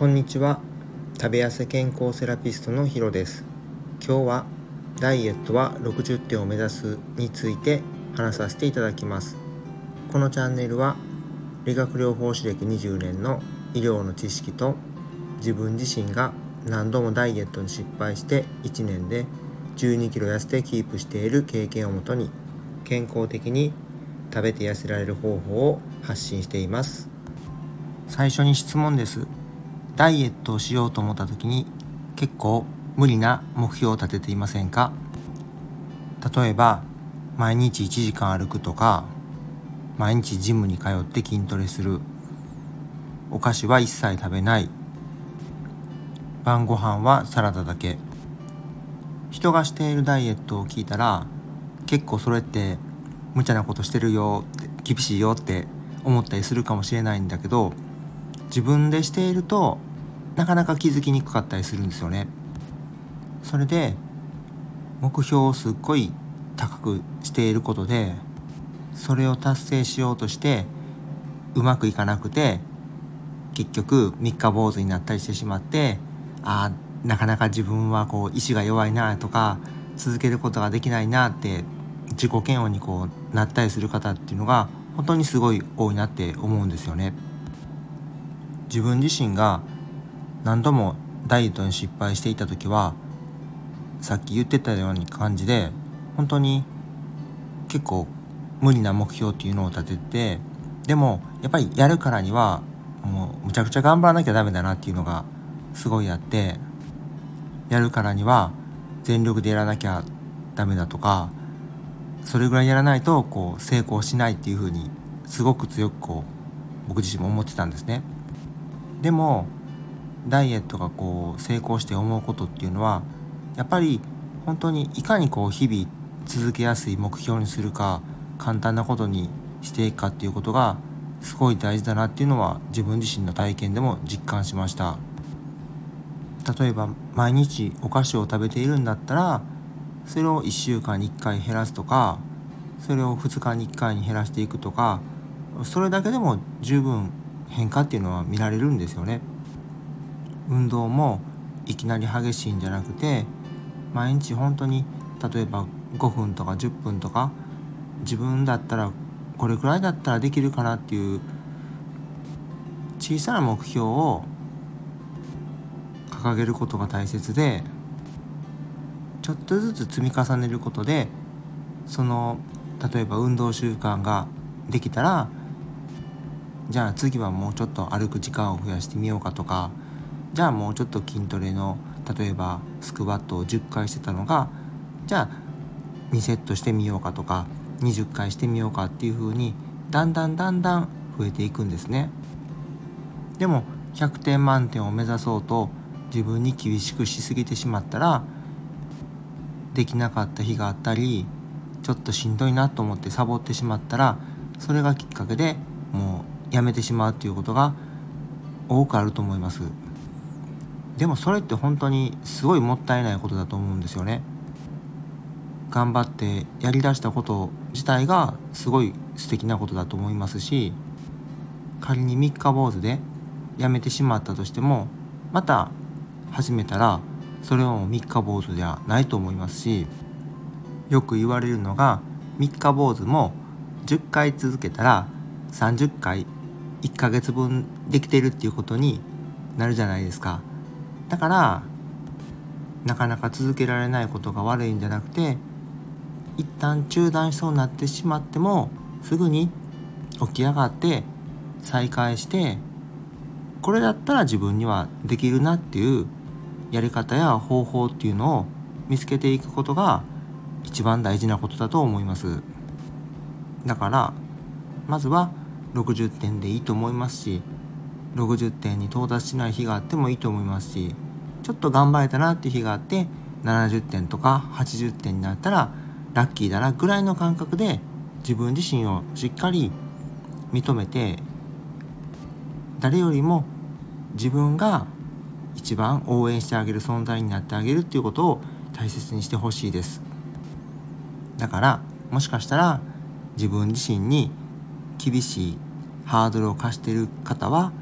こんにちは。食べやす健康セラピストのヒロです。今日はダイエットは60点を目指すについて話させていただきます。このチャンネルは理学療法士歴20年の医療の知識と自分自身が何度もダイエットに失敗して1年で12キロ痩せてキープしている経験をもとに健康的に食べて痩せられる方法を発信しています。最初に質問です。ダイエットをしようと思った時に結構無理な目標を立てていませんか？例えば毎日1時間歩くとか、毎日ジムに通って筋トレする、お菓子は一切食べない、晩ご飯はサラダだけ。人がしているダイエットを聞いたら結構それって無茶なことしてるよって、厳しいよって思ったりするかもしれないんだけど、自分でしているとなかなか気づきにくかったりするんですよね。それで目標をすっごい高くしていることで、それを達成しようとしてうまくいかなくて、結局三日坊主になったりしてしまって、なかなか自分は意志が弱いなとか、続けることができないなって自己嫌悪になったりする方っていうのが本当にすごい多いなって思うんですよね。自分自身が何度もダイエットに失敗していた時は、さっき言ってたような感じで本当に結構無理な目標っていうのを立てて、でもやっぱりやるからにはもうむちゃくちゃ頑張らなきゃダメだなっていうのがすごいあって、やるからには全力でやらなきゃダメだとか、それぐらいやらないと成功しないっていう風にすごく強く僕自身も思ってたんですね。でもダイエットが成功して思うことっていうのは、やっぱり本当にいかに日々続けやすい目標にするか、簡単なことにしていくかっていうことがすごい大事だなっていうのは自分自身の体験でも実感しました。例えば毎日お菓子を食べているんだったら、それを1週間に1回減らすとか、それを2日に1回に減らしていくとか、それだけでも十分変化っていうのは見られるんですよね。運動もいきなり激しいんじゃなくて、毎日本当に例えば5分とか10分とか、自分だったらこれくらいだったらできるかなっていう小さな目標を掲げることが大切で、ちょっとずつ積み重ねることで、例えば運動習慣ができたら、じゃあ次はもうちょっと歩く時間を増やしてみようかとか、じゃあもうちょっと筋トレの例えばスクワットを10回してたのが、じゃあ2セットしてみようかとか、20回してみようかっていう風にだんだん増えていくんですね。でも100点満点を目指そうと自分に厳しくしすぎてしまったら、できなかった日があったり、ちょっとしんどいなと思ってサボってしまったら、それがきっかけでもうやめてしまうっていうことが多くあると思います。でもそれって本当にすごいもったいないことだと思うんですよね。頑張ってやりだしたこと自体がすごい素敵なことだと思いますし、仮に三日坊主でやめてしまったとしても、また始めたらそれはもう三日坊主じゃないと思いますし、よく言われるのが、三日坊主も10回続けたら30回1ヶ月分できてるっていうことになるじゃないですか。だからなかなか続けられないことが悪いんじゃなくて、一旦中断しそうになってしまってもすぐに起き上がって再開して、これだったら自分にはできるなっていうやり方や方法っていうのを見つけていくことが一番大事なことだと思います。だからまずは60点でいいと思いますし、60点に到達しない日があってもいいと思いますし、ちょっと頑張れたなっていう日があって70点とか80点になったらラッキーだなぐらいの感覚で、自分自身をしっかり認めて、誰よりも自分が一番応援してあげる存在になってあげるっていうことを大切にしてほしいです。だからもしかしたら自分自身に厳しいハードルを課している方は、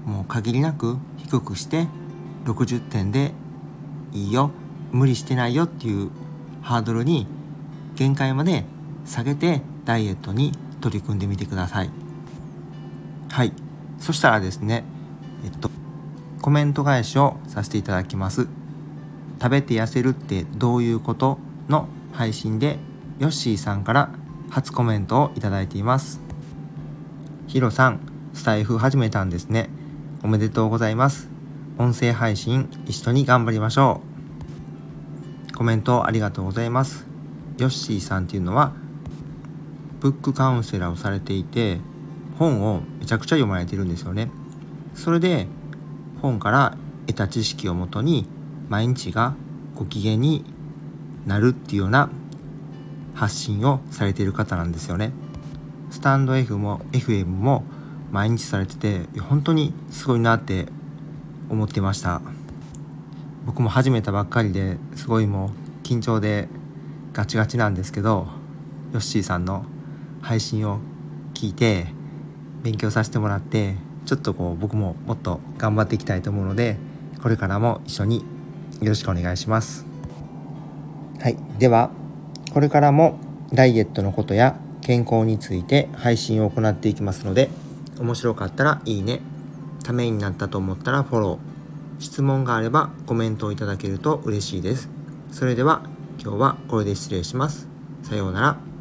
もう限りなく低くして60点でいいよ、無理してないよっていうハードルに限界まで下げてダイエットに取り組んでみてください。はい、そしたらですね、コメント返しをさせていただきます。食べて痩せるってどういうことの配信でヨッシーさんから初コメントをいただいています。ヒロさん、スタイフ始めたんですね。おめでとうございます。音声配信一緒に頑張りましょう。コメントありがとうございます。ヨッシーさんっていうのはブックカウンセラーをされていて、本をめちゃくちゃ読まれてるんですよね。それで本から得た知識をもとに毎日がご機嫌になるっていうような発信をされている方なんですよね。スタンド FM も毎日されてて、本当にすごいなって思ってました。僕も始めたばっかりですごいもう緊張でガチガチなんですけど、ヨッシーさんの配信を聞いて勉強させてもらって、ちょっと僕ももっと頑張っていきたいと思うので、これからも一緒によろしくお願いします。はい、ではこれからもダイエットのことや健康について配信を行っていきますので、面白かったらいいね、ためになったと思ったらフォロー、質問があればコメントをいただけると嬉しいです。それでは今日はこれで失礼します。さようなら。